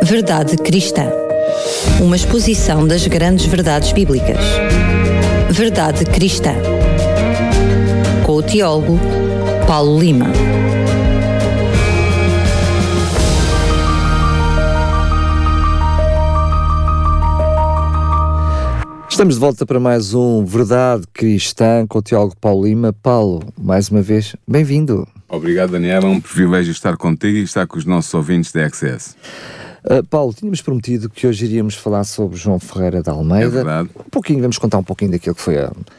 Verdade Cristã. Uma exposição das grandes verdades bíblicas. Verdade Cristã. Com o teólogo Paulo Lima. Estamos de volta para mais um Verdade Cristã com o teólogo Paulo Lima. Paulo, mais uma vez, bem-vindo. Obrigado, Daniel. É um privilégio estar contigo e estar com os nossos ouvintes da XS. Paulo, tínhamos prometido que hoje iríamos falar sobre João Ferreira de Almeida. É verdade. Vamos contar um pouquinho daquilo que foi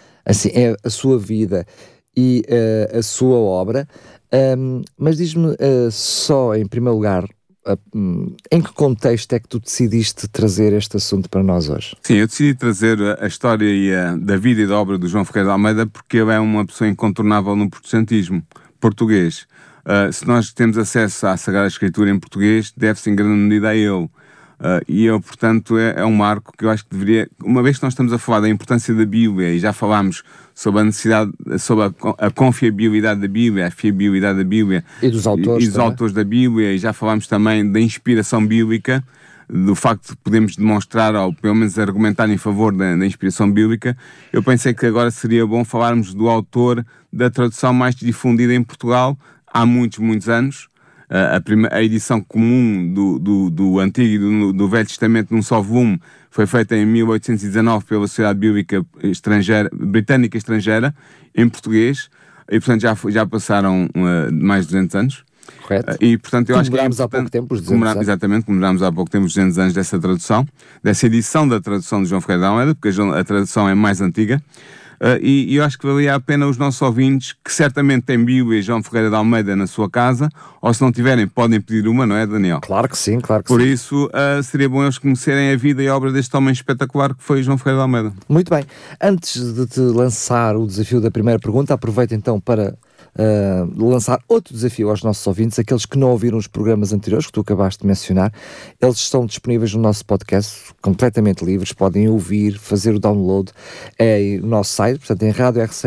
a sua vida e a sua obra. Mas diz-me só, em primeiro lugar, em que contexto é que tu decidiste trazer este assunto para nós hoje? Sim, eu decidi trazer a história da vida e da obra do João Ferreira de Almeida porque ele é uma pessoa incontornável no protestantismo português. Se nós temos acesso à Sagrada Escritura em português, deve-se em grande medida a ele. E ele, portanto, é um marco que eu acho que deveria... Uma vez que nós estamos a falar da importância da Bíblia e já falámos sobre a necessidade, sobre a confiabilidade da Bíblia, a fiabilidade da Bíblia e dos autores da Bíblia, e já falámos também da inspiração bíblica, do facto de podermos demonstrar, ou pelo menos argumentar em favor da inspiração bíblica. Eu pensei que agora seria bom falarmos do autor da tradução mais difundida em Portugal há muitos anos. A edição comum do Antigo e do Velho Testamento num só volume foi feita em 1819 pela Sociedade Bíblica Britânica Estrangeira, em português, e portanto já passaram mais de 200 anos. Correto. E portanto eu acho que há pouco tempo os 200 anos. Exatamente, comemorámos há pouco tempo os 200 anos dessa tradução, dessa edição da tradução de João Ferreira de Almeida, porque a tradução é mais antiga. E eu acho que valia a pena os nossos ouvintes, que certamente têm Bíblia e João Ferreira de Almeida na sua casa, ou se não tiverem, podem pedir uma, não é, Daniel? Claro que sim, claro que Por sim. Por isso, seria bom eles conhecerem a vida e a obra deste homem espetacular que foi João Ferreira de Almeida. Muito bem. Antes de te lançar o desafio da primeira pergunta, aproveito então para lançar outro desafio aos nossos ouvintes, aqueles que não ouviram os programas anteriores que tu acabaste de mencionar. Eles estão disponíveis no nosso podcast, completamente livres, podem ouvir, fazer o download no nosso site, portanto em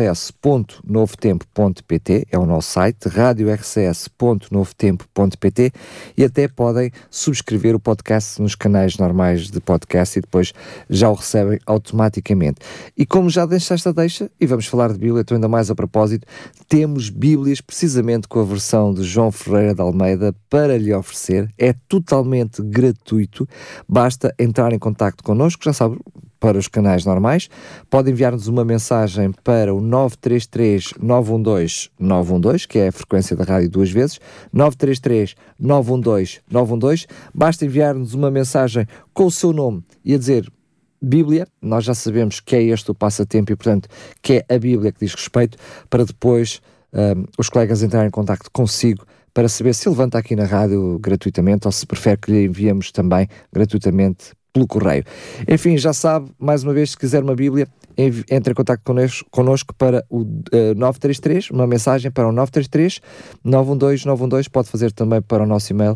radiorcs.novotempo.pt, é o nosso site, radiorcs.novotempo.pt, e até podem subscrever o podcast nos canais normais de podcast e depois já o recebem automaticamente. E como já deixaste a deixa, e vamos falar de Bíblia, estou ainda mais a propósito, temos Bíblias precisamente com a versão de João Ferreira de Almeida para lhe oferecer. É totalmente gratuito, basta entrar em contacto connosco, já sabe, para os canais normais. Pode enviar-nos uma mensagem para o 933-912-912, que é a frequência da rádio duas vezes, 933-912-912. Basta enviar-nos uma mensagem com o seu nome e a dizer Bíblia, nós já sabemos que é este o passatempo e, portanto, que é a Bíblia que diz respeito, para depois os colegas entrarem em contacto consigo para saber se levanta aqui na rádio gratuitamente ou se prefere que lhe enviemos também gratuitamente pelo correio. Enfim, já sabe, mais uma vez, se quiser uma Bíblia, entre em contacto connosco para o 933, uma mensagem para o 933-912-912, pode fazer também para o nosso e-mail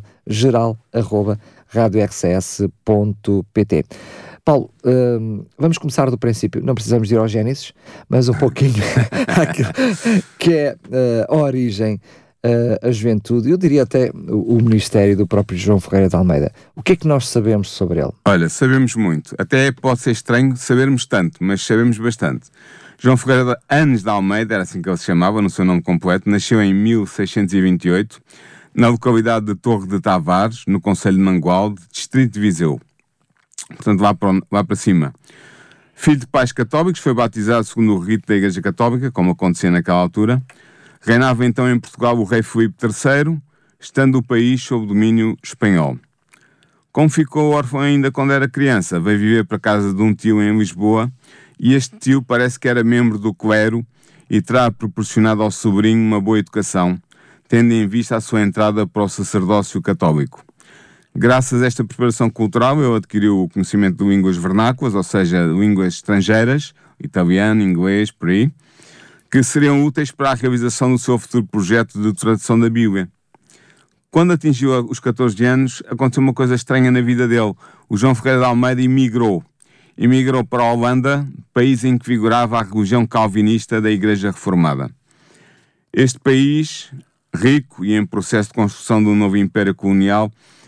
geral@radiorcs.pt. Paulo, vamos começar do princípio, não precisamos ir ao Gênesis, mas um pouquinho que é a origem, a juventude, eu diria até o ministério do próprio João Ferreira de Almeida. O que é que nós sabemos sobre ele? Olha, sabemos muito, até pode ser estranho sabermos tanto, mas sabemos bastante. João Ferreira de Almeida, era assim que ele se chamava, no seu nome completo, nasceu em 1628, na localidade de Torre de Tavares, no concelho de Mangualde, distrito de Viseu. Portanto, lá para cima. Filho de pais católicos, foi batizado segundo o rito da Igreja Católica, como acontecia naquela altura. Reinava então em Portugal o rei Filipe III, estando o país sob domínio espanhol. Como ficou órfão ainda quando era criança, veio viver para a casa de um tio em Lisboa, e este tio parece que era membro do clero e terá proporcionado ao sobrinho uma boa educação, tendo em vista a sua entrada para o sacerdócio católico. Graças a esta preparação cultural, ele adquiriu o conhecimento de línguas vernáculas, ou seja, línguas estrangeiras, italiano, inglês, por aí, que seriam úteis para a realização do seu futuro projeto de tradução da Bíblia. Quando atingiu os 14 anos, aconteceu uma coisa estranha na vida dele. O João Ferreira de Almeida emigrou para a Holanda, país em que vigorava a religião calvinista da Igreja Reformada. Este país, rico e em processo de construção de um novo império colonial,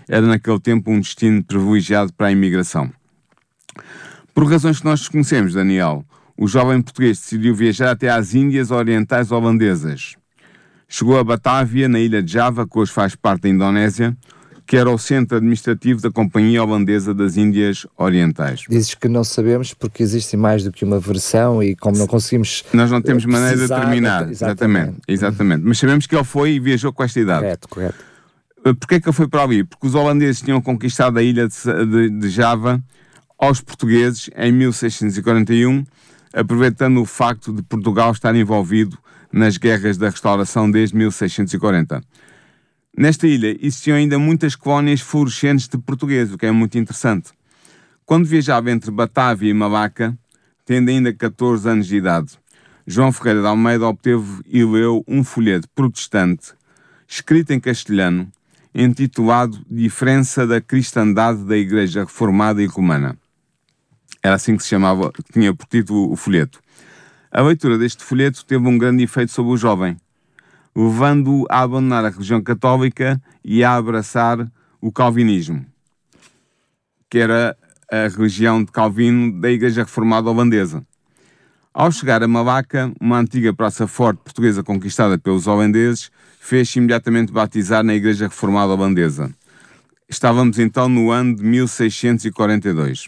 era naquele tempo um destino privilegiado para a imigração. Por razões que nós desconhecemos, Daniel, o jovem português decidiu viajar até às Índias Orientais Holandesas. Chegou a Batávia, na ilha de Java, que hoje faz parte da Indonésia, que era o centro administrativo da Companhia Holandesa das Índias Orientais. Dizes que não sabemos porque existe mais do que uma versão e como não conseguimos... Nós não temos maneira de determinar. Exatamente. Mas sabemos que ele foi e viajou com esta idade. Correto. Porquê é que ele foi para ali? Porque os holandeses tinham conquistado a ilha de Java aos portugueses em 1641, aproveitando o facto de Portugal estar envolvido nas guerras da restauração desde 1640. Nesta ilha existiam ainda muitas colónias florescentes de portugueses, o que é muito interessante. Quando viajava entre Batávia e Malaca, tendo ainda 14 anos de idade, João Ferreira de Almeida obteve e leu um folheto protestante, escrito em castelhano, intitulado Diferença da Cristandade da Igreja Reformada e Romana. Era assim que se chamava, que tinha por título o folheto. A leitura deste folheto teve um grande efeito sobre o jovem, levando-o a abandonar a religião católica e a abraçar o calvinismo, que era a religião de Calvino da Igreja Reformada Holandesa. Ao chegar a Malaca, uma antiga praça forte portuguesa conquistada pelos holandeses, fez-se imediatamente batizar na Igreja Reformada Holandesa. Estávamos então no ano de 1642.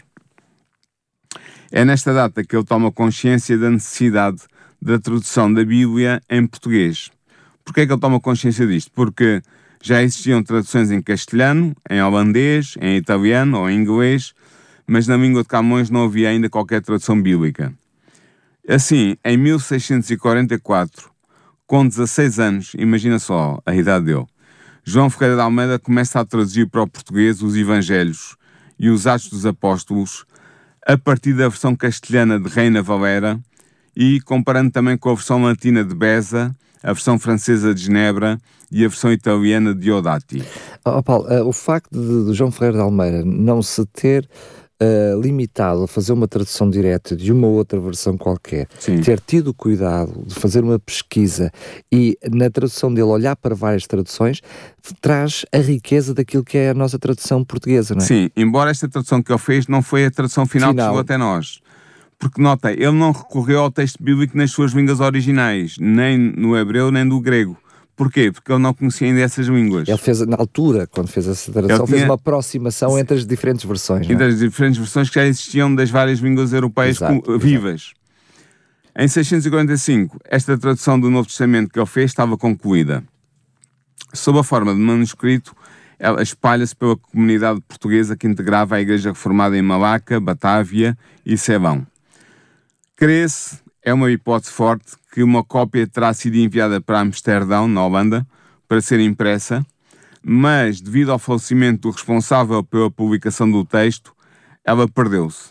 É nesta data que ele toma consciência da necessidade da tradução da Bíblia em português. Porquê é que ele toma consciência disto? Porque já existiam traduções em castelhano, em holandês, em italiano ou em inglês, mas na língua de Camões não havia ainda qualquer tradução bíblica. Assim, em 1644, com 16 anos, imagina só a idade dele, João Ferreira de Almeida começa a traduzir para o português os Evangelhos e os Atos dos Apóstolos a partir da versão castelhana de Reina Valera e comparando também com a versão latina de Beza, a versão francesa de Genebra e a versão italiana de Diodati. Paulo, o facto de João Ferreira de Almeida não se ter limitado a fazer uma tradução direta de uma outra versão qualquer, Sim. ter tido cuidado de fazer uma pesquisa e na tradução dele olhar para várias traduções, traz a riqueza daquilo que é a nossa tradução portuguesa, não é? Sim, embora esta tradução que ele fez não foi a tradução final. Que chegou até nós. Porque, nota, ele não recorreu ao texto bíblico nas suas línguas originais, nem no hebreu, nem do grego. Porquê? Porque ele não conhecia ainda essas línguas. Ele fez, na altura, quando fez essa tradução, fez uma aproximação entre as diferentes versões. Entre as diferentes versões que já existiam das várias línguas europeias vivas. Em 645, esta tradução do Novo Testamento que ele fez estava concluída. Sob a forma de manuscrito, ela espalha-se pela comunidade portuguesa que integrava a Igreja Reformada em Malaca, Batávia e Sebão. Crê-se, é uma hipótese forte, que uma cópia terá sido enviada para Amsterdão, na Holanda, para ser impressa, mas devido ao falecimento do responsável pela publicação do texto, ela perdeu-se.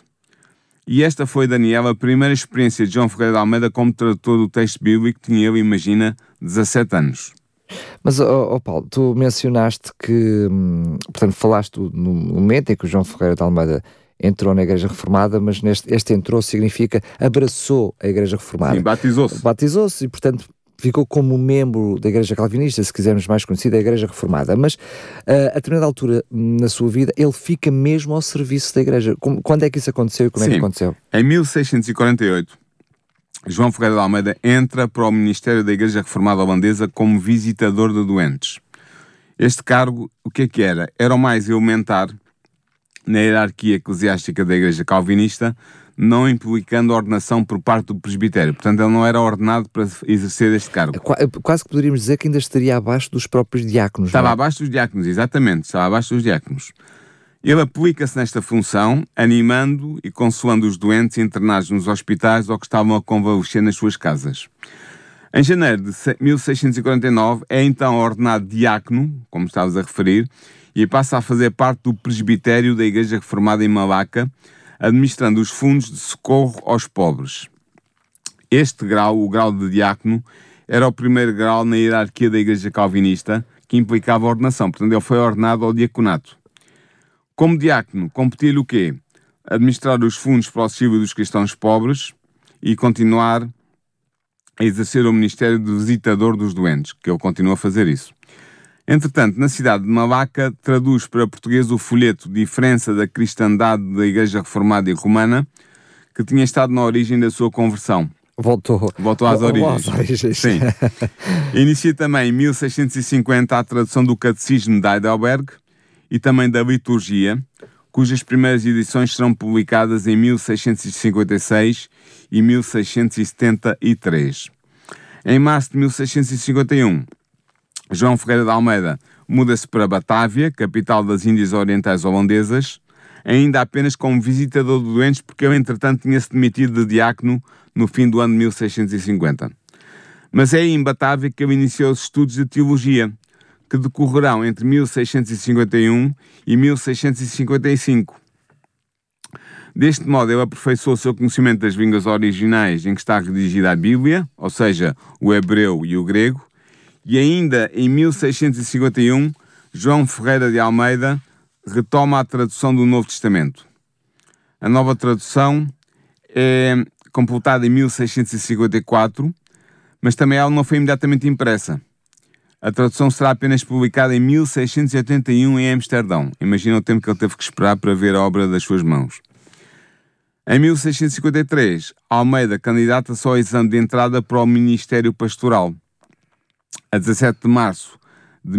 E esta foi, Daniel, a primeira experiência de João Ferreira de Almeida como tradutor do texto bíblico, tinha ele, imagina, 17 anos. Mas, Paulo, tu mencionaste que, portanto, falaste no momento em que o João Ferreira de Almeida entrou na Igreja Reformada, mas este entrou significa abraçou a Igreja Reformada. Sim, batizou-se. Batizou-se e, portanto, ficou como membro da Igreja Calvinista, se quisermos mais conhecida, a Igreja Reformada. Mas, a determinada altura na sua vida, ele fica mesmo ao serviço da Igreja. Quando é que isso aconteceu e como é que aconteceu? Em 1648, João Ferreira de Almeida entra para o Ministério da Igreja Reformada Holandesa como visitador de doentes. Este cargo, o que é que era? Era o mais elementar na hierarquia eclesiástica da Igreja Calvinista, não implicando a ordenação por parte do presbitério. Portanto, ele não era ordenado para exercer este cargo. Quase que poderíamos dizer que ainda estaria abaixo dos próprios diáconos. Estava abaixo dos diáconos, exatamente. Estava abaixo dos diáconos. Ele aplica-se nesta função, animando e consolando os doentes internados nos hospitais ou que estavam a convalescer nas suas casas. Em janeiro de 1649, é então ordenado diácono, como estavas a referir, e passa a fazer parte do presbitério da Igreja Reformada em Malaca, administrando os fundos de socorro aos pobres. Este grau, o grau de diácono, era o primeiro grau na hierarquia da Igreja Calvinista, que implicava a ordenação. Portanto, ele foi ordenado ao diaconato. Como diácono, competia-lhe o quê? Administrar os fundos para o auxílio dos cristãos pobres e continuar a exercer o ministério de visitador dos doentes, que ele continua a fazer isso. Entretanto, na cidade de Malaca, traduz para português o folheto Diferença da Cristandade da Igreja Reformada e Romana, que tinha estado na origem da sua conversão. Voltou às origens. Sim. Inicia também em 1650 a tradução do Catecismo de Heidelberg e também da Liturgia, cujas primeiras edições serão publicadas em 1656 e 1673. Em março de 1651, João Ferreira de Almeida muda-se para Batávia, capital das Índias Orientais Holandesas, ainda apenas como visitador de doentes, porque ele, entretanto, tinha-se demitido de diácono no fim do ano de 1650. Mas é aí em Batávia que ele iniciou os estudos de teologia, que decorrerão entre 1651 e 1655. Deste modo, ele aperfeiçoou o seu conhecimento das línguas originais em que está redigida a Bíblia, ou seja, o hebreu e o grego, e ainda em 1651, João Ferreira de Almeida retoma a tradução do Novo Testamento. A nova tradução é completada em 1654, mas também ela não foi imediatamente impressa. A tradução será apenas publicada em 1681 em Amsterdão. Imagina o tempo que ele teve que esperar para ver a obra das suas mãos. Em 1653, Almeida candidata-se ao exame de entrada para o Ministério Pastoral. A 17 de março de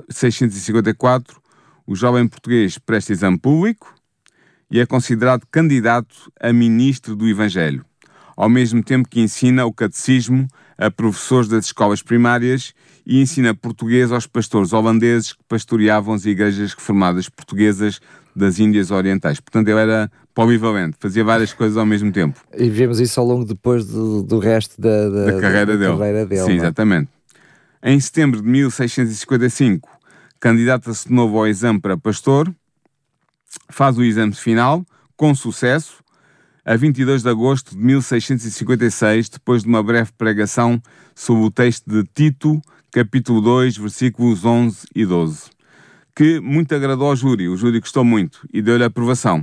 1654, o jovem português presta exame público e é considerado candidato a ministro do Evangelho, ao mesmo tempo que ensina o catecismo a professores das escolas primárias e ensina português aos pastores holandeses que pastoreavam as igrejas reformadas portuguesas das Índias Orientais. Portanto, ele era polivalente, fazia várias coisas ao mesmo tempo. E vemos isso ao longo depois do resto da carreira dele. Sim, exatamente. Em setembro de 1655, candidata-se de novo ao exame para pastor, faz o exame final, com sucesso, a 22 de agosto de 1656, depois de uma breve pregação sobre o texto de Tito, capítulo 2, versículos 11 e 12, que muito agradou ao júri. O júri gostou muito e deu-lhe aprovação.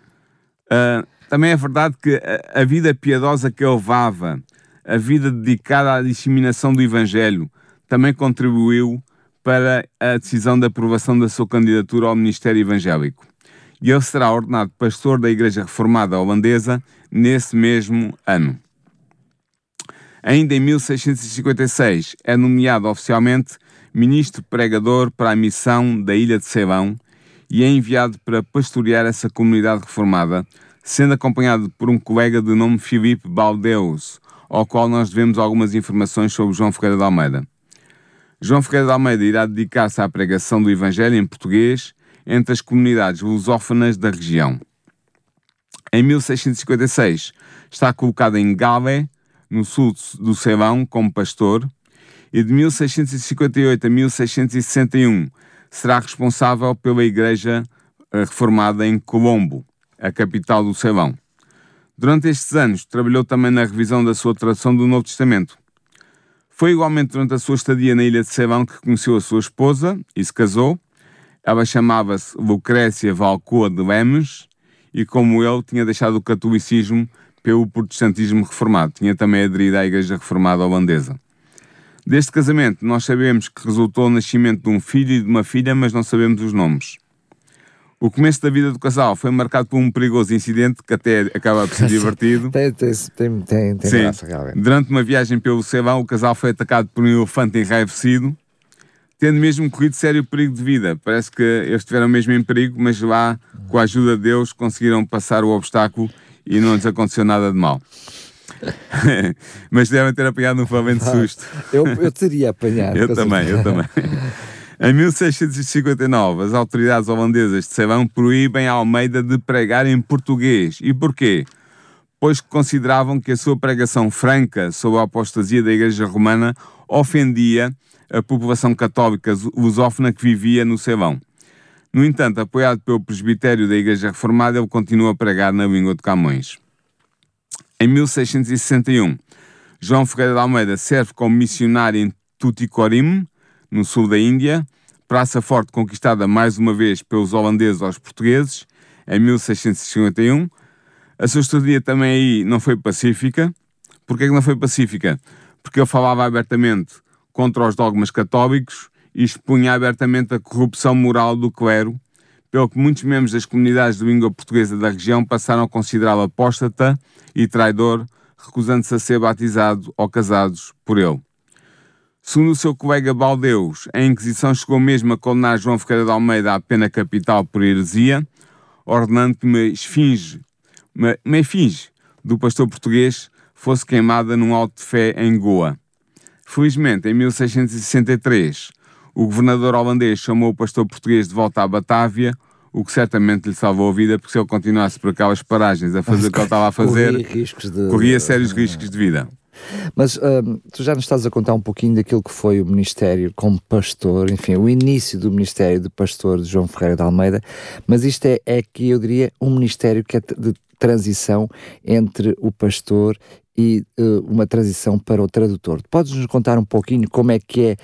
Também é verdade que a vida piedosa que ele levava, a vida dedicada à disseminação do Evangelho, também contribuiu para a decisão de aprovação da sua candidatura ao Ministério Evangélico. E ele será ordenado pastor da Igreja Reformada Holandesa nesse mesmo ano. Ainda em 1656 é nomeado oficialmente ministro pregador para a missão da Ilha de Ceilão e é enviado para pastorear essa comunidade reformada, sendo acompanhado por um colega de nome Filipe Baldeus, ao qual nós devemos algumas informações sobre João Ferreira de Almeida. João Ferreira de Almeida irá dedicar-se à pregação do Evangelho em português entre as comunidades lusófonas da região. Em 1656 está colocado em Galé, no sul do Ceilão, como pastor, e de 1658 a 1661 será responsável pela Igreja Reformada em Colombo, a capital do Ceilão. Durante estes anos trabalhou também na revisão da sua tradução do Novo Testamento. Foi igualmente durante a sua estadia na ilha de Ceilão que conheceu a sua esposa e se casou. Ela chamava-se Lucrécia Valcoa de Lemes e, como ele, tinha deixado o catolicismo pelo protestantismo reformado. Tinha também aderido à Igreja Reformada Holandesa. Deste casamento, nós sabemos que resultou o nascimento de um filho e de uma filha, mas não sabemos os nomes. O começo da vida do casal foi marcado por um perigoso incidente que até acaba por ser divertido. Tem graça, realmente. Durante uma viagem pelo Ceilão, o casal foi atacado por um elefante enraivecido, tendo mesmo corrido sério perigo de vida. Parece que eles estiveram mesmo em perigo, mas lá, com a ajuda de Deus, conseguiram passar o obstáculo e não lhes aconteceu nada de mal. Mas devem ter apanhado um valente susto. Eu teria apanhado. Eu também. Em 1659, as autoridades holandesas de Ceilão proíbem a Almeida de pregar em português. E porquê? Pois que consideravam que a sua pregação franca sobre a apostasia da Igreja Romana ofendia a população católica lusófona que vivia no Ceilão. No entanto, apoiado pelo presbitério da Igreja Reformada, ele continua a pregar na língua de Camões. Em 1661, João Ferreira de Almeida serve como missionário em Tuticorin, no sul da Índia, praça forte conquistada mais uma vez pelos holandeses aos portugueses, em 1651. A sua estadia também aí não foi pacífica. Porquê que não foi pacífica? Porque ele falava abertamente contra os dogmas católicos e expunha abertamente a corrupção moral do clero, pelo que muitos membros das comunidades de língua portuguesa da região passaram a considerá-lo apóstata e traidor, recusando-se a ser batizado ou casados por ele. Segundo o seu colega Baldeus, a Inquisição chegou mesmo a condenar João Ferreira de Almeida à pena capital por heresia, ordenando que uma esfinge do pastor português fosse queimada num alto de fé em Goa. Felizmente, em 1663, o governador holandês chamou o pastor português de volta à Batávia, o que certamente lhe salvou a vida, porque se ele continuasse por aquelas paragens a fazer o que ele estava a fazer, corria sérios riscos de vida. Mas tu já nos estás a contar um pouquinho daquilo que foi o ministério como pastor, enfim, o início do ministério de pastor de João Ferreira de Almeida, mas isto é que eu diria um ministério que é de transição entre o pastor e uma transição para o tradutor. Podes-nos contar um pouquinho como é que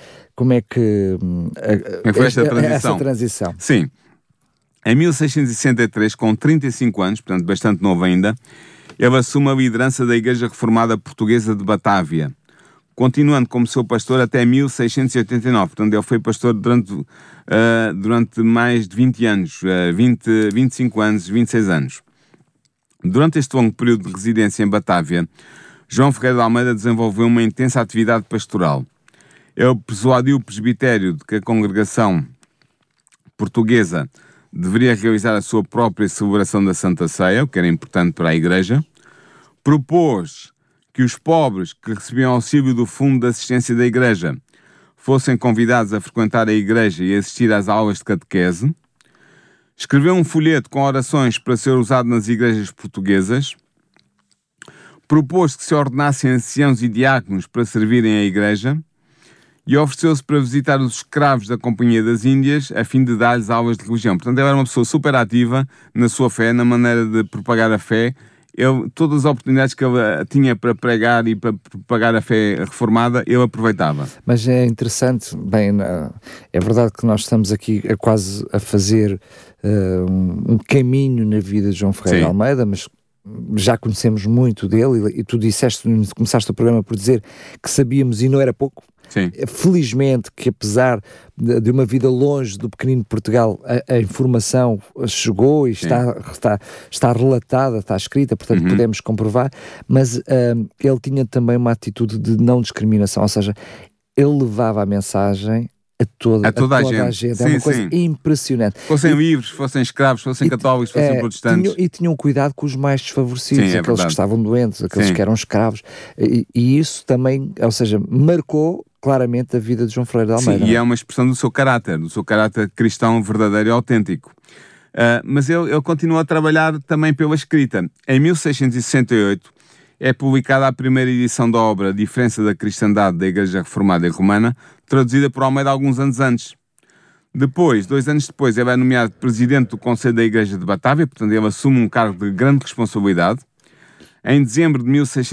foi essa transição? Sim. Em 1663, com 35 anos, portanto bastante novo ainda, ele assume a liderança da Igreja Reformada Portuguesa de Batávia, continuando como seu pastor até 1689. Portanto, ele foi pastor durante mais de 20 anos, 25 anos, 26 anos. Durante este longo período de residência em Batávia, João Ferreira de Almeida desenvolveu uma intensa atividade pastoral. Ele persuadiu o presbitério de que a congregação portuguesa deveria realizar a sua própria celebração da Santa Ceia, o que era importante para a Igreja. Propôs que os pobres que recebiam auxílio do Fundo de Assistência da Igreja fossem convidados a frequentar a Igreja e assistir às aulas de catequese. Escreveu um folheto com orações para ser usado nas igrejas portuguesas. Propôs que se ordenassem anciãos e diáconos para servirem a Igreja. E ofereceu-se para visitar os escravos da Companhia das Índias a fim de dar-lhes aulas de religião. Portanto, ele era uma pessoa super ativa na sua fé, na maneira de propagar a fé. Todas as oportunidades que ele tinha para pregar e para propagar a fé reformada, ele aproveitava. Mas é interessante, é verdade que nós estamos aqui quase a fazer um caminho na vida de João Ferreira de Almeida, mas já conhecemos muito dele e tu começaste o programa por dizer que sabíamos e não era pouco. Sim. Felizmente que apesar de uma vida longe do pequenino Portugal, a informação chegou e está relatada, está escrita, portanto podemos comprovar, mas ele tinha também uma atitude de não discriminação, ou seja, ele levava a mensagem a toda a gente. É uma coisa impressionante. Fossem livres, fossem escravos, fossem católicos, fossem protestantes. Tinham cuidado com os mais desfavorecidos, aqueles que estavam doentes, aqueles que eram escravos. E isso também, ou seja, marcou claramente a vida de João Ferreira de Almeida. Sim, e é uma expressão do seu caráter cristão verdadeiro e autêntico. Mas ele continuou a trabalhar também pela escrita. Em 1668 é publicada a primeira edição da obra Diferença da Cristandade da Igreja Reformada e Romana, traduzida por Almeida alguns anos antes. Depois, 2 anos depois, ele é nomeado presidente do Conselho da Igreja de Batávia, portanto ele assume um cargo de grande responsabilidade. Em dezembro de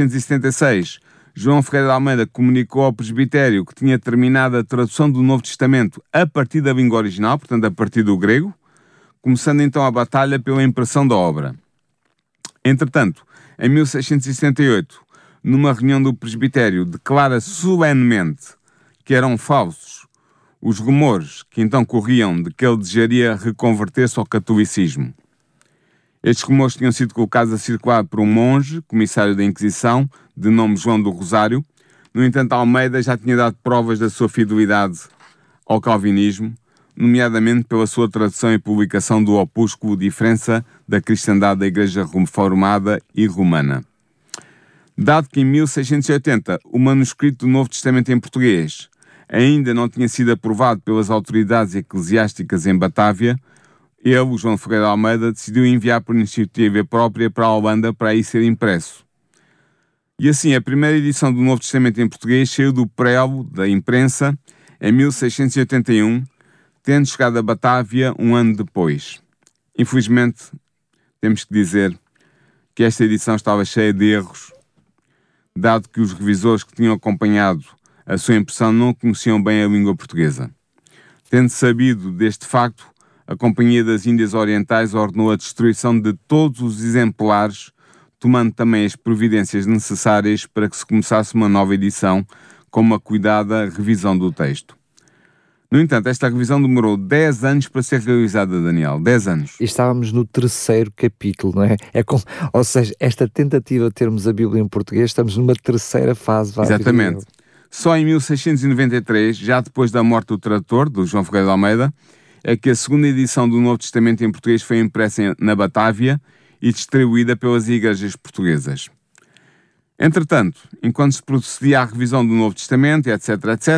1676, João Ferreira de Almeida comunicou ao presbitério que tinha terminado a tradução do Novo Testamento a partir da língua original, portanto a partir do grego, começando então a batalha pela impressão da obra. Entretanto, em 1678, numa reunião do presbitério, declara solenemente que eram falsos os rumores que então corriam de que ele desejaria reconverter-se ao catolicismo. Estes rumores tinham sido colocados a circular por um monge, comissário da Inquisição, de nome João do Rosário. No entanto, Almeida já tinha dado provas da sua fidelidade ao calvinismo, nomeadamente pela sua tradução e publicação do opúsculo Diferença da Cristandade da Igreja Reformada e Romana. Dado que em 1680 o manuscrito do Novo Testamento em português ainda não tinha sido aprovado pelas autoridades eclesiásticas em Batávia, ele, João Ferreira de Almeida, decidiu enviar por iniciativa própria para a Holanda para aí ser impresso. E assim, a primeira edição do Novo Testamento em português saiu do prelo da imprensa em 1681, tendo chegado a Batávia um ano depois. Infelizmente, temos que dizer que esta edição estava cheia de erros, dado que os revisores que tinham acompanhado a sua impressão não conheciam bem a língua portuguesa. Tendo sabido deste facto, a Companhia das Índias Orientais ordenou a destruição de todos os exemplares, tomando também as providências necessárias para que se começasse uma nova edição com uma cuidada revisão do texto. No entanto, esta revisão demorou 10 anos para ser realizada, Daniel. 10 anos. E estávamos no 3º capítulo, não é? Ou seja, esta tentativa de termos a Bíblia em português, estamos numa 3ª fase. Exatamente. Só em 1693, já depois da morte do tradutor, do João Ferreira de Almeida, é que a segunda edição do Novo Testamento em português foi impressa na Batávia e distribuída pelas igrejas portuguesas. Entretanto, enquanto se procedia à revisão do Novo Testamento, etc.,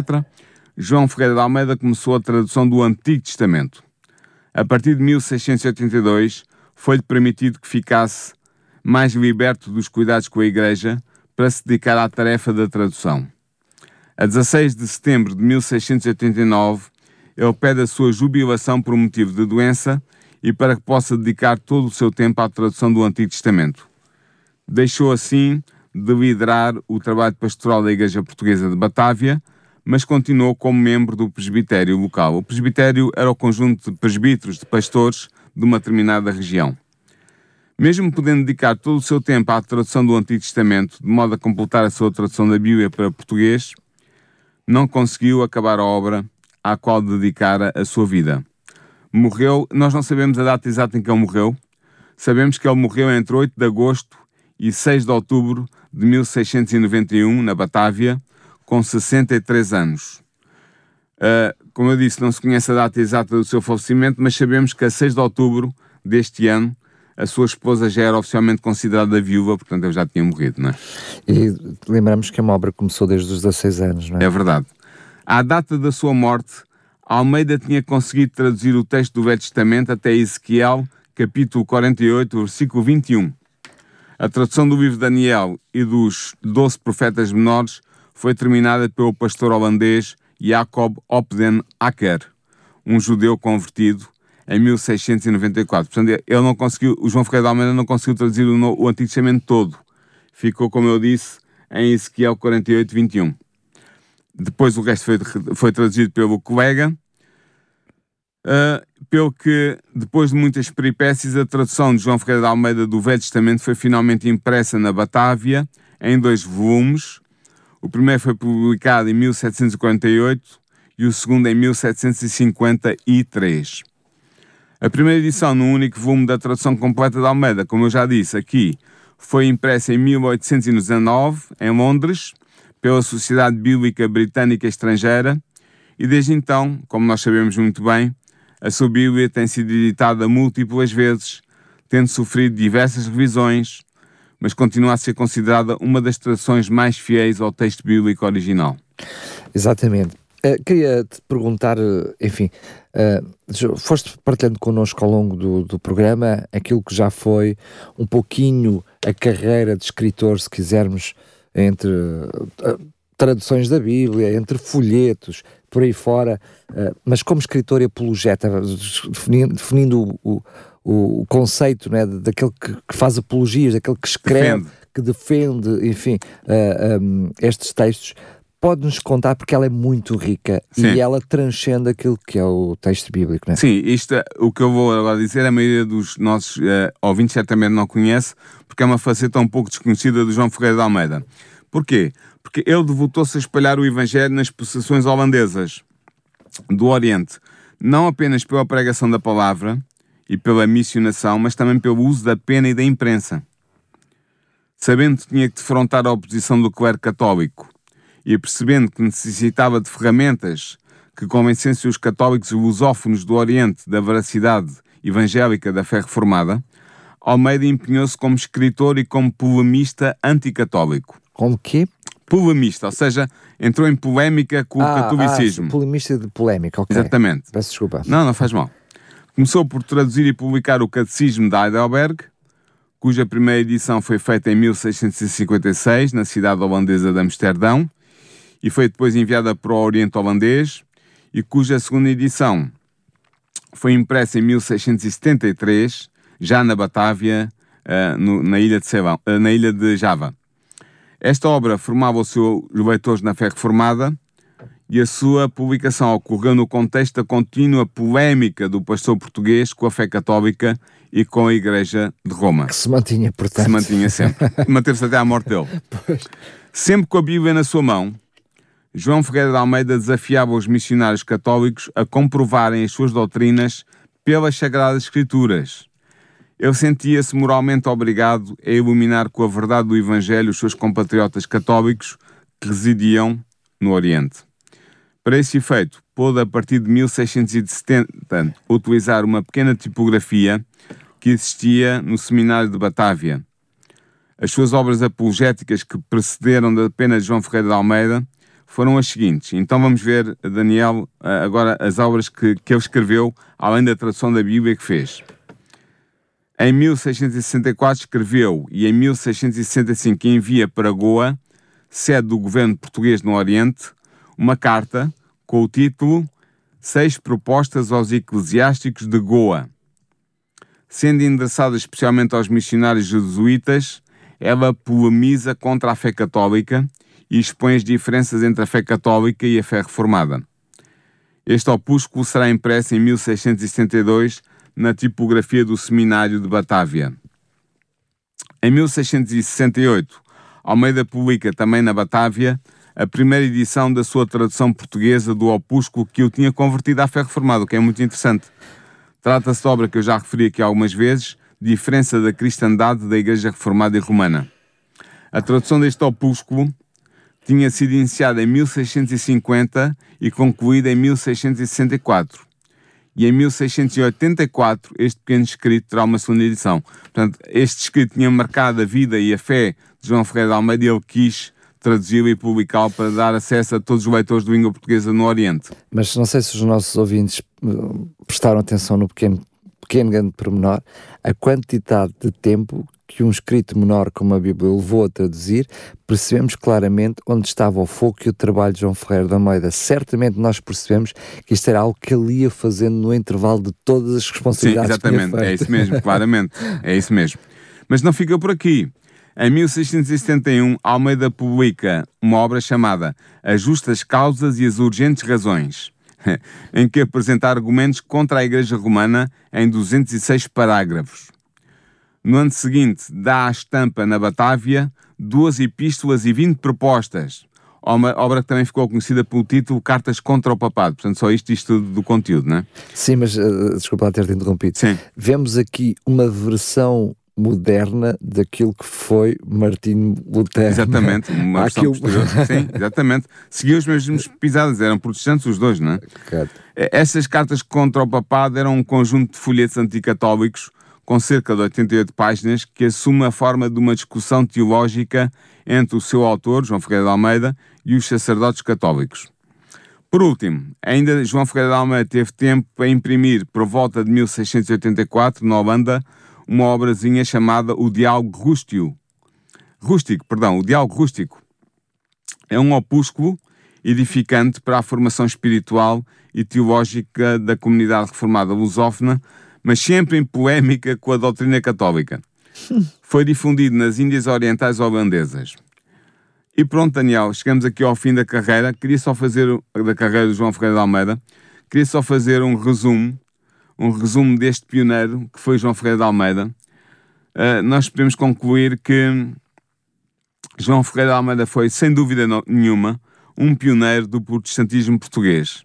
João Ferreira de Almeida começou a tradução do Antigo Testamento. A partir de 1682, foi-lhe permitido que ficasse mais liberto dos cuidados com a Igreja para se dedicar à tarefa da tradução. A 16 de setembro de 1689, ele pede a sua jubilação por motivo de doença e para que possa dedicar todo o seu tempo à tradução do Antigo Testamento. Deixou assim de liderar o trabalho pastoral da Igreja Portuguesa de Batávia, mas continuou como membro do presbitério local. O presbitério era o conjunto de presbíteros, de pastores de uma determinada região. Mesmo podendo dedicar todo o seu tempo à tradução do Antigo Testamento, de modo a completar a sua tradução da Bíblia para português, não conseguiu acabar a obra à qual dedicara a sua vida. Morreu, nós não sabemos a data exata em que ele morreu, sabemos que ele morreu entre 8 de agosto e 6 de outubro de 1691, na Batávia, com 63 anos. Como eu disse, não se conhece a data exata do seu falecimento, mas sabemos que a 6 de outubro deste ano, a sua esposa já era oficialmente considerada viúva, portanto ele já tinha morrido, não é? E lembramos que a obra começou desde os 16 anos, não é? É verdade. À data da sua morte, Almeida tinha conseguido traduzir o texto do Velho Testamento até Ezequiel, capítulo 48, versículo 21. A tradução do livro de Daniel e dos 12 profetas menores foi terminada pelo pastor holandês Jacob Opden Acker, um judeu convertido em 1694. Portanto, ele não conseguiu, o João Ferreira de Almeida não conseguiu traduzir o Antigo Testamento todo. Ficou, como eu disse, em Ezequiel 48, 21. Depois o resto foi traduzido pelo colega, pelo que, depois de muitas peripécias, a tradução de João Ferreira de Almeida do Velho Testamento foi finalmente impressa na Batávia, em 2 volumes. O primeiro foi publicado em 1748 e o segundo em 1753. A primeira edição, num único volume da tradução completa de Almeida, como eu já disse aqui, foi impressa em 1819, em Londres, pela Sociedade Bíblica Britânica Estrangeira, e desde então, como nós sabemos muito bem, a sua Bíblia tem sido editada múltiplas vezes, tendo sofrido diversas revisões, mas continua a ser considerada uma das traduções mais fiéis ao texto bíblico original. Exatamente. Queria-te perguntar, enfim, foste partilhando connosco ao longo do programa aquilo que já foi um pouquinho a carreira de escritor, se quisermos, entre traduções da Bíblia, entre folhetos, por aí fora, mas como escritor e apologeta, definindo o conceito, né, daquele que faz apologias, daquele que escreve, que defende, enfim, estes textos. Pode-nos contar, porque ela é muito rica. Sim. E ela transcende aquilo que é o texto bíblico, não é? Sim, o que eu vou agora dizer, a maioria dos nossos ouvintes certamente não conhece, porque é uma faceta um pouco desconhecida do João Ferreira de Almeida. Porquê? Porque ele devotou-se a espalhar o Evangelho nas possessões holandesas do Oriente, não apenas pela pregação da palavra e pela missionação, mas também pelo uso da pena e da imprensa. Sabendo que tinha que defrontar a oposição do clero católico, e percebendo que necessitava de ferramentas que convencessem os católicos lusófonos do Oriente da veracidade evangélica da fé reformada, Almeida empenhou-se como escritor e como polemista anticatólico. Como quê? Polemista, ou seja, entrou em polémica com o catolicismo. Polemista de polémica, ok. Exatamente. Peço desculpa. Não faz mal. Começou por traduzir e publicar o Catecismo de Heidelberg, cuja primeira edição foi feita em 1656, na cidade holandesa de Amsterdão, e foi depois enviada para o Oriente Holandês, e cuja segunda edição foi impressa em 1673, já na Batávia, na ilha de Java. Esta obra formava os seus leitores na fé reformada, e a sua publicação ocorreu no contexto da contínua polémica do pastor português com a fé católica e com a Igreja de Roma. Que se mantinha, portanto. Se mantinha sempre. Manteve-se até à morte dele. Pois. Sempre com a Bíblia na sua mão, João Ferreira de Almeida desafiava os missionários católicos a comprovarem as suas doutrinas pelas Sagradas Escrituras. Ele sentia-se moralmente obrigado a iluminar com a verdade do Evangelho os seus compatriotas católicos que residiam no Oriente. Para esse efeito, pôde, a partir de 1670, utilizar uma pequena tipografia que existia no Seminário de Batávia. As suas obras apologéticas que precederam da pena de João Ferreira de Almeida foram as seguintes. Então vamos ver, Daniel, agora as obras que ele escreveu, além da tradução da Bíblia que fez. Em 1664 escreveu e em 1665 envia para Goa, sede do governo português no Oriente, uma carta com o título 6 propostas aos eclesiásticos de Goa. Sendo endereçada especialmente aos missionários jesuítas, ela polemiza contra a fé católica e expõe as diferenças entre a fé católica e a fé reformada. Este opúsculo será impresso em 1672 na tipografia do Seminário de Batávia. Em 1668, Almeida publica também na Batávia a primeira edição da sua tradução portuguesa do opúsculo que o tinha convertido à fé reformada, o que é muito interessante. Trata-se de obra que eu já referi aqui algumas vezes, Diferença da Cristandade da Igreja Reformada e Romana. A tradução deste opúsculo tinha sido iniciada em 1650 e concluída em 1664. E em 1684 este pequeno escrito terá uma segunda edição. Portanto, este escrito tinha marcado a vida e a fé de João Ferreira de Almeida e ele quis traduzi-lo e publicá-lo para dar acesso a todos os leitores de língua portuguesa no Oriente. Mas não sei se os nossos ouvintes prestaram atenção no pequeno grande pormenor, a quantidade de tempo que um escrito menor como a Bíblia levou a traduzir, percebemos claramente onde estava o foco e o trabalho de João Ferreira de Almeida. Certamente nós percebemos que isto era algo que ele ia fazendo no intervalo de todas as responsabilidades. Sim, exatamente, é isso mesmo, claramente, é isso mesmo. Mas não fica por aqui. Em 1671, Almeida publica uma obra chamada As Justas Causas e as Urgentes Razões, em que apresenta argumentos contra a Igreja Romana em 206 parágrafos. No ano seguinte, dá à estampa na Batávia 2 epístolas e 20 propostas, obra que também ficou conhecida pelo título Cartas contra o Papado. Portanto, só isto do conteúdo, não é? Sim, mas desculpa lá ter-te interrompido. Sim. Vemos aqui uma versão moderna daquilo que foi Martinho Lutero. Exatamente, uma versão posterior. Sim, exatamente. Seguiam os mesmos pisadas, eram protestantes os dois, não é? Claro. Essas cartas contra o papado eram um conjunto de folhetos anticatólicos com cerca de 88 páginas que assume a forma de uma discussão teológica entre o seu autor, João Ferreira de Almeida, e os sacerdotes católicos. Por último, ainda João Ferreira de Almeida teve tempo para imprimir, por volta de 1684, na Holanda, uma obrazinha chamada O Diálogo Rústico. O Diálogo Rústico. É um opúsculo edificante para a formação espiritual e teológica da comunidade reformada lusófona, mas sempre em polémica com a doutrina católica. Foi difundido nas Índias Orientais Holandesas. E pronto, Daniel, chegamos aqui ao fim da carreira. Queria só fazer, da carreira de João Ferreira de Almeida, queria só fazer um resumo deste pioneiro que foi João Ferreira de Almeida. Nós podemos concluir que João Ferreira de Almeida foi, sem dúvida nenhuma, um pioneiro do protestantismo português.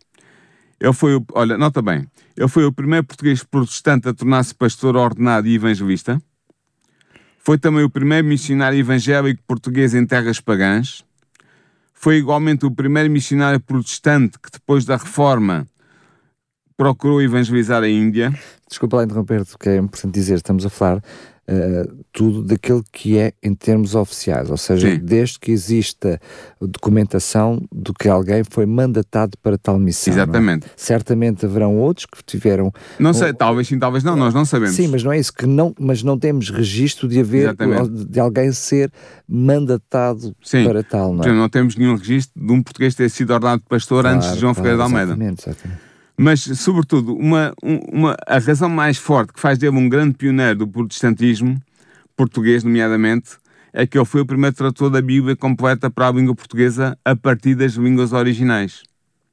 Nota bem, ele foi o primeiro português protestante a tornar-se pastor ordenado e evangelista. Foi também o primeiro missionário evangélico português em terras pagãs. Foi igualmente o primeiro missionário protestante que, depois da Reforma, procurou evangelizar a Índia. Desculpa lá interromper-te, porque é importante dizer, estamos a falar tudo daquilo que é em termos oficiais, ou seja, Sim. desde que exista documentação do que alguém foi mandatado para tal missão. Exatamente. Não é? Certamente haverão outros que tiveram... Não sei, talvez sim, talvez não, nós não sabemos. Sim, mas não é isso, mas não temos registro de Exatamente. de alguém ser mandatado Sim. para tal, não é? Não temos nenhum registro de um português ter sido ordenado pastor antes de João Ferreira de Almeida. Exatamente. Mas, sobretudo, a razão mais forte que faz dele um grande pioneiro do protestantismo português, nomeadamente, é que ele foi o primeiro tradutor da Bíblia completa para a língua portuguesa a partir das línguas originais.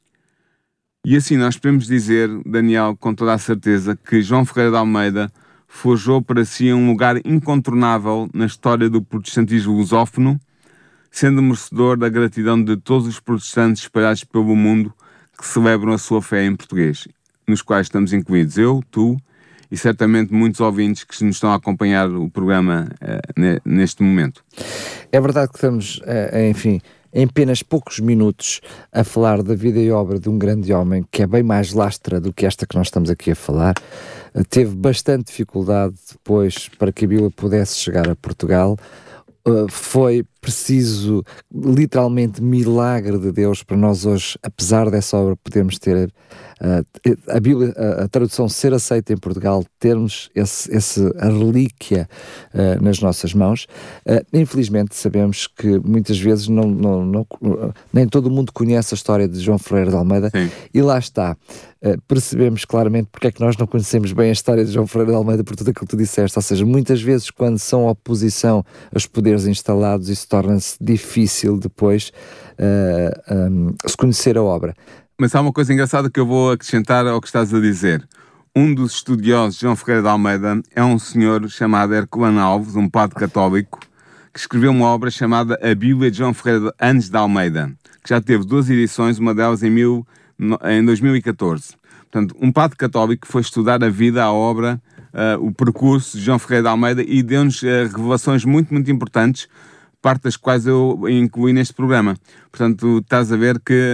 E assim nós podemos dizer, Daniel, com toda a certeza, que João Ferreira de Almeida forjou para si um lugar incontornável na história do protestantismo lusófono, sendo merecedor da gratidão de todos os protestantes espalhados pelo mundo que celebram a sua fé em português, nos quais estamos incluídos eu, tu e certamente muitos ouvintes que nos estão a acompanhar o programa neste momento. É verdade que estamos, enfim, em apenas poucos minutos a falar da vida e obra de um grande homem que é bem mais lastra do que esta que nós estamos aqui a falar. Teve bastante dificuldade depois para que a Bíblia pudesse chegar a Portugal. Foi preciso, literalmente, milagre de Deus para nós hoje, apesar dessa obra, podermos ter a Bíblia, a tradução ser aceita em Portugal, termos a relíquia nas nossas mãos. Infelizmente sabemos que muitas vezes nem todo o mundo conhece a história de João Ferreira de Almeida. Sim. E lá está. Percebemos claramente porque é que nós não conhecemos bem a história de João Ferreira de Almeida por tudo aquilo que tu disseste, ou seja, muitas vezes quando são oposição aos poderes instalados, isso torna-se difícil depois se conhecer a obra. Mas há uma coisa engraçada que eu vou acrescentar ao que estás a dizer. Um dos estudiosos de João Ferreira de Almeida é um senhor chamado Herculano Alves, um padre católico, que escreveu uma obra chamada A Bíblia de João Ferreira Anes de Almeida, que já teve 2 edições, uma delas em 2014. Portanto, um padre católico foi estudar a vida, a obra, o percurso de João Ferreira de Almeida e deu-nos revelações muito, muito importantes, parte das quais eu incluí neste programa. Portanto, estás a ver que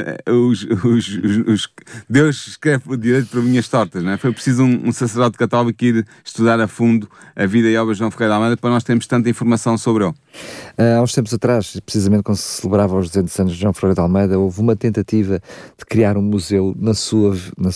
Deus escreve o direito para minhas tortas, não é? Foi preciso um sacerdote católico ir estudar a fundo a vida e obra de João Ferreira de Almeida para nós termos tanta informação sobre ele. Há uns tempos atrás, precisamente quando se celebrava os 200 anos de João Ferreira de Almeida, houve uma tentativa de criar um museu na sua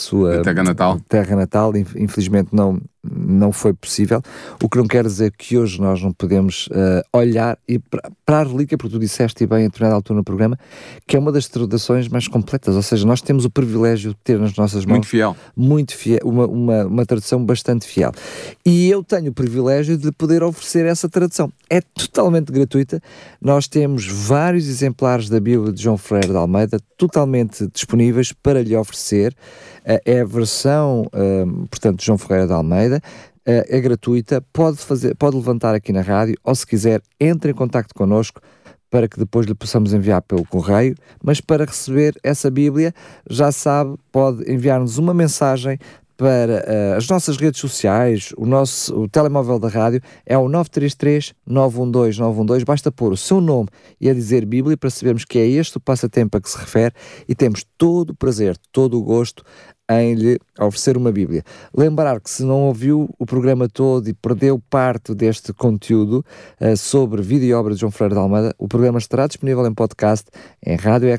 terra natal. Infelizmente não foi possível, o que não quer dizer que hoje nós não podemos olhar e para a relíquia, porque tu disseste bem a determinada altura no programa, que é uma das traduções mais completas, ou seja, nós temos o privilégio de ter nas nossas mãos muito fiel, uma tradução bastante fiel. E eu tenho o privilégio de poder oferecer essa tradução. É totalmente gratuita, nós temos vários exemplares da Bíblia de João Ferreira de Almeida totalmente disponíveis para lhe oferecer. É a versão, portanto, de João Ferreira de Almeida, é gratuita, pode levantar aqui na rádio, ou se quiser, entre em contacto connosco para que depois lhe possamos enviar pelo correio, mas para receber essa Bíblia, já sabe, pode enviar-nos uma mensagem para as nossas redes sociais, o telemóvel da rádio é o 933-912-912, basta pôr o seu nome e a dizer Bíblia para sabermos que é este o passatempo a que se refere e temos todo o prazer, todo o gosto em lhe oferecer uma Bíblia. Lembrar que se não ouviu o programa todo e perdeu parte deste conteúdo sobre vida e obra de João Ferreira de Almeida, o programa estará disponível em podcast em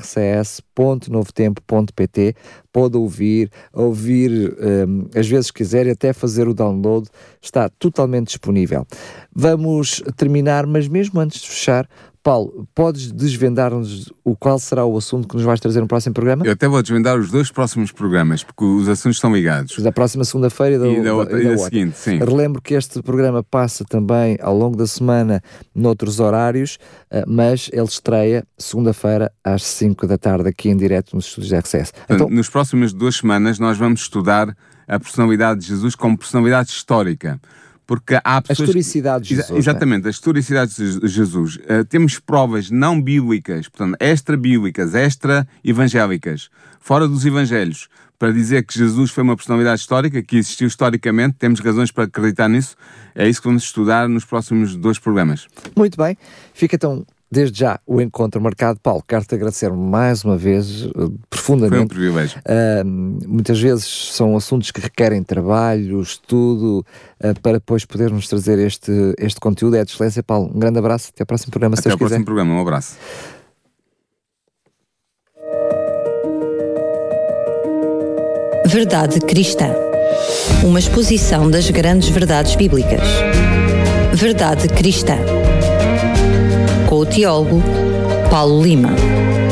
radiorcs.novotempo.pt. Pode ouvir às vezes quiser e até fazer o download, está totalmente disponível. Vamos terminar, mas mesmo antes de fechar, Paulo, podes desvendar-nos qual será o assunto que nos vais trazer no próximo programa? Eu até vou desvendar os 2 próximos programas, porque os assuntos estão ligados. Da próxima segunda-feira e da seguinte, sim. Relembro que este programa passa também ao longo da semana noutros horários, mas ele estreia segunda-feira às 5 da tarde aqui em direto nos estúdios da RCS. Então, nas próximas 2 semanas nós vamos estudar a personalidade de Jesus como personalidade histórica. Porque há pessoas... A historicidade de Jesus. Exatamente, a historicidade de Jesus. Temos provas não bíblicas, portanto, extra-bíblicas, extra-evangélicas, fora dos evangelhos, para dizer que Jesus foi uma personalidade histórica, que existiu historicamente, temos razões para acreditar nisso. É isso que vamos estudar nos próximos 2 programas. Muito bem, fica então... Desde já o encontro marcado. Paulo, quero-te agradecer mais uma vez, profundamente. Foi um privilégio. Muitas vezes são assuntos que requerem trabalho, estudo, para depois podermos trazer este conteúdo. É de excelência, Paulo. Um grande abraço. Até ao próximo programa, se Deus quiser. Até ao próximo programa. Um abraço. Verdade Cristã. Uma exposição das grandes verdades bíblicas. Verdade Cristã. Com o teólogo Paulo Lima.